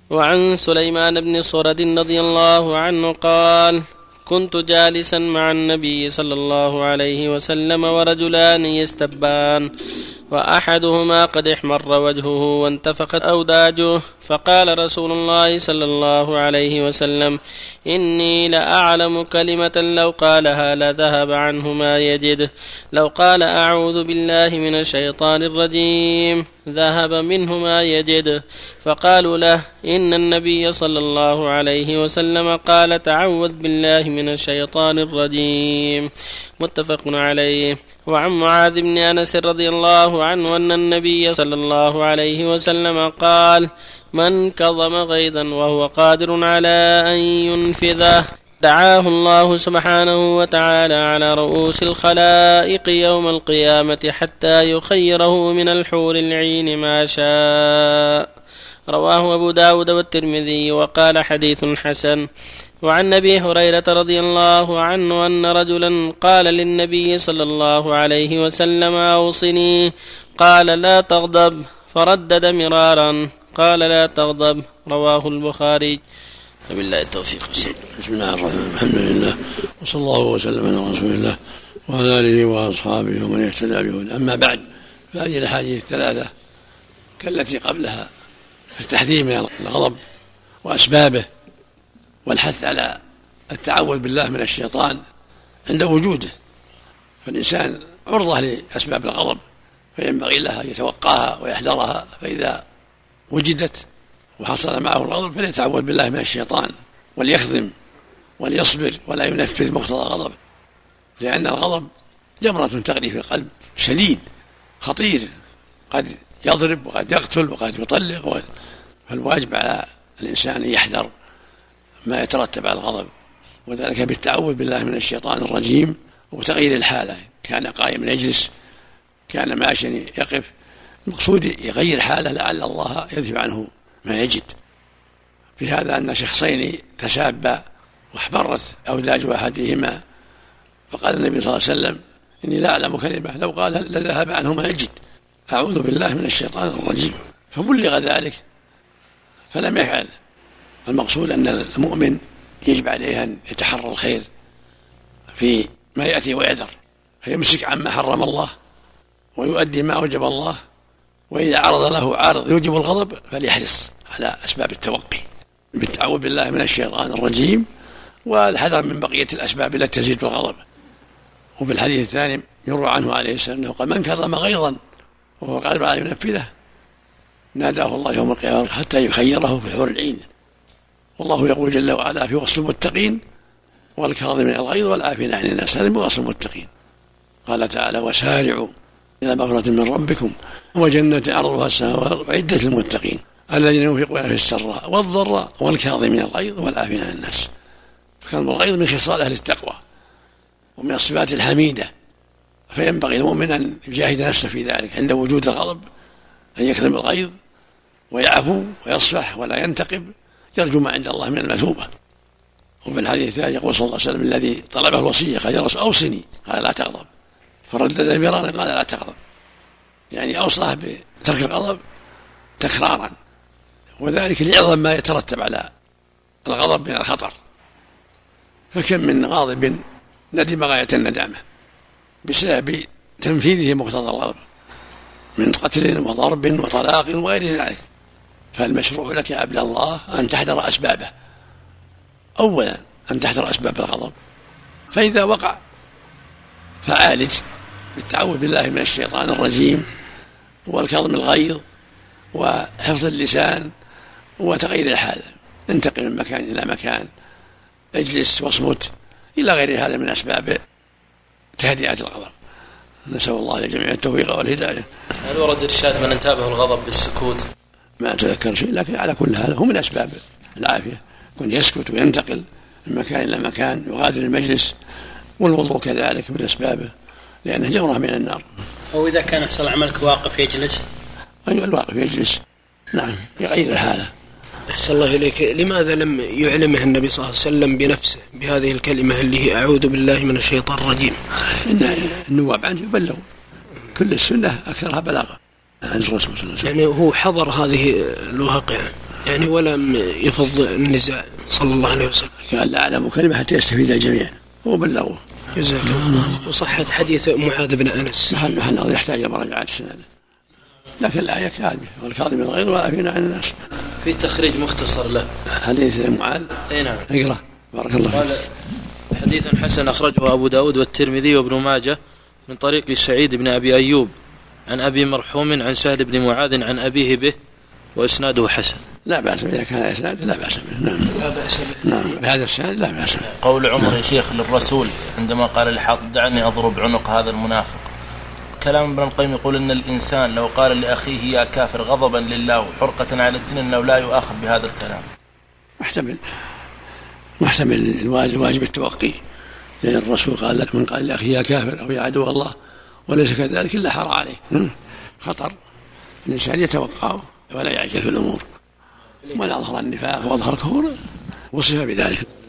وعن سليمان بن صرد رضي الله عنه قال: كنت جالسا مع النبي صلى الله عليه وسلم ورجلان يستبان، وأحدهما قد احمر وجهه وانتفخت أوداجه، فقال رسول الله صلى الله عليه وسلم: إني لأعلم كلمة لو قالها لذهب عنه ما يجد، لو قال أعوذ بالله من الشيطان الرجيم ذهب منه ما يجد. فقالوا له: إن النبي صلى الله عليه وسلم قال: تعوذ بالله من الشيطان الرجيم. متفق عليه. وعن معاذ بن أنس رضي الله عنه أن النبي صلى الله عليه وسلم قال: من كظم غيظا وهو قادر على أن ينفذه دعاه الله سبحانه وتعالى على رؤوس الخلائق يوم القيامة حتى يخيره من الحور العين ما شاء. رواه أبو داود والترمذي وقال: حديث حسن. وعن أبي هريرة رضي الله عنه أن رجلا قال للنبي صلى الله عليه وسلم: أوصني. قال: لا تغضب. فردد مرارا قال: لا تغضب. رواه البخاري. وبالله التوفيق. بسم الله الرحمن الرحيم. الحمد لله وصلى الله وسلم على رسول الله وعلى آله وأصحابه ومن اهتدى بهداه. أما بعد، فهذه الأحاديث الثلاثة كالتي قبلها في التحذير من الغضب وأسبابه والحث على التعوذ بالله من الشيطان عند وجوده، فالإنسان عرضة لأسباب الغضب، فينبغي له أن يتوقاها ويحذرها، فإذا وجدت وحصل معه الغضب فليتعوذ بالله من الشيطان وليخذم وليصبر ولا ينفذ مقتضى غضبه، لأن الغضب جمرة تغلي في القلب شديد خطير، قد يضرب وقد يقتل وقد يطلق، فالواجب على الإنسان أن يحذر ما يترتب على الغضب، وذلك بالتعوذ بالله من الشيطان الرجيم وتغيير الحالة. كان قائما يجلس، كان ماشيا يقف، المقصود يغير حاله لعل الله يدفع عنه ما يجد. في هذا أن شخصين تسابا واحمرت أوداج أحدهما، فقال النبي صلى الله عليه وسلم: إني لا أعلم كلمة لو قال لذهب عنه ما يجد، أعوذ بالله من الشيطان الرجيم. فبلغ ذلك فلم يفعل. المقصود أن المؤمن يجب عليه أن يتحرى الخير في ما يأتي ويذر، فيمسك عما حرم الله ويؤدي ما أوجب الله، وإذا عرض له عارض يوجب الغضب فليحرص على أسباب التوقي بالتعوذ بالله من الشيطان الرجيم والحذر من بقية الأسباب التي تزيد بالغضب. وفي الحديث الثاني يروى عنه عليه السلام أنه قال: من كظم غيظا وهو قادر على ينفذه ناداه الله يوم القيامة حتى يخيره في حور العين. والله يقول جل وعلا في وصف المتقين: والكاظمين الغيظ والعافين عن الناس. هذا من وصف المتقين. قال تعالى: وسارعوا إلى مغفرة من ربكم وجنة عرضها السماوات أعدت للمتقين الذين ينفقون في السراء والضراء والكاظمين الغيظ والعافين عن الناس. فكان الغيظ من خصال أهل التقوى ومن الصفات الحميدة، فينبغي المؤمن أن يجاهد نفسه في ذلك عند وجود الغضب، أن يكظم الغيظ ويعفو ويصفح ولا ينتقم، يرجو ما عند الله من المثوبة. وفي الحديث الثاني يقول صلى الله عليه وسلم: الذي طلبه الوصية قال: يا رسول أوصني، قال: لا تغضب. فردد مرارا قال: لا تغضب، يعني أوصاه بترك الغضب تكرارا، وذلك لعظم ما يترتب على الغضب من الخطر. فكم من غاضب ندم غاية الندامة بسبب تنفيذه مقتضى الغضب من قتل وضرب وطلاق وغير ذلك. فالمشروع لك يا عبد الله أن تحذر أسبابه. أولا أن تحذر أسباب الغضب، فإذا وقع فعالج بالتعوذ بالله من الشيطان الرجيم والكظم الغيظ وحفظ اللسان وتغيير الحال، انتقل من مكان إلى مكان، اجلس واصمت، إلى غير هذا من أسباب تهدئة الغضب. نسأل الله للجميع التوفيق والهداية. هل ورد إرشاد من انتابه الغضب بالسكوت؟ ما أتذكر شيء، لكن على كل هذا هو من أسباب العافية، يكون يسكت وينتقل من مكان إلى مكان، يغادر المجلس، والوضوء كذلك من أسبابه لأنه جمرة من النار. أو إذا كان يحصل عملك واقف يجلس؟ أيوة الواقف يجلس، نعم، يغير الحالة. أحسن الله إليك، لماذا لم يعلمه النبي صلى الله عليه وسلم بنفسه بهذه الكلمة اللي هي أعوذ بالله من الشيطان الرجيم؟ النواب عنه يبلغ، كل السنة أكثرها بلاغة عن الرسول صلى الله عليه وسلم. يعني هو حضر هذه الواقعة. يعني ولم يفض النزاع صلى الله عليه وسلم. قال لا أعلم كلمة حتى يستفيد الجميع وبلغوه. جزاك الله. وصحت حديث معاذ بن أنس محل نظر يحتاج إلى مراجعة السند، لكن الآية كاذبة والكاظم الغيظ والعافين عن الناس. في تخريج مختصر له حديث معاذ. اي نعم. اقرأ بارك الله قال حديث حسن أخرجه أبو داود والترمذي وابن ماجه من طريق سعيد بن أبي أيوب عن أبي مرحوم عن سهل بن معاذ عن أبيه به وإسناده حسن. لا بأس به، إذا كان إسناد لا بأس به. نعم لا بأس به. نعم بهذا السند لا بأس به. قول عمر يا شيخ للرسول عندما قال لحاطب دعني أضرب عنق هذا المنافق، كلام ابن القيم يقول إن الإنسان لو قال لأخيه يا كافر غضبا لله وحرقة على الدين أنه لا يؤاخذ بهذا الكلام. محتمل الواجب التوقي، لأن الرسول قال لك من قال لأخيه يا كافر أو يا عدو الله وليس كذلك إلا حرى عليه. خطر الإنسان يتوقع ولا يعجل في الأمور، ولا أظهر النفاق وأظهر الكفر وصف بذلك.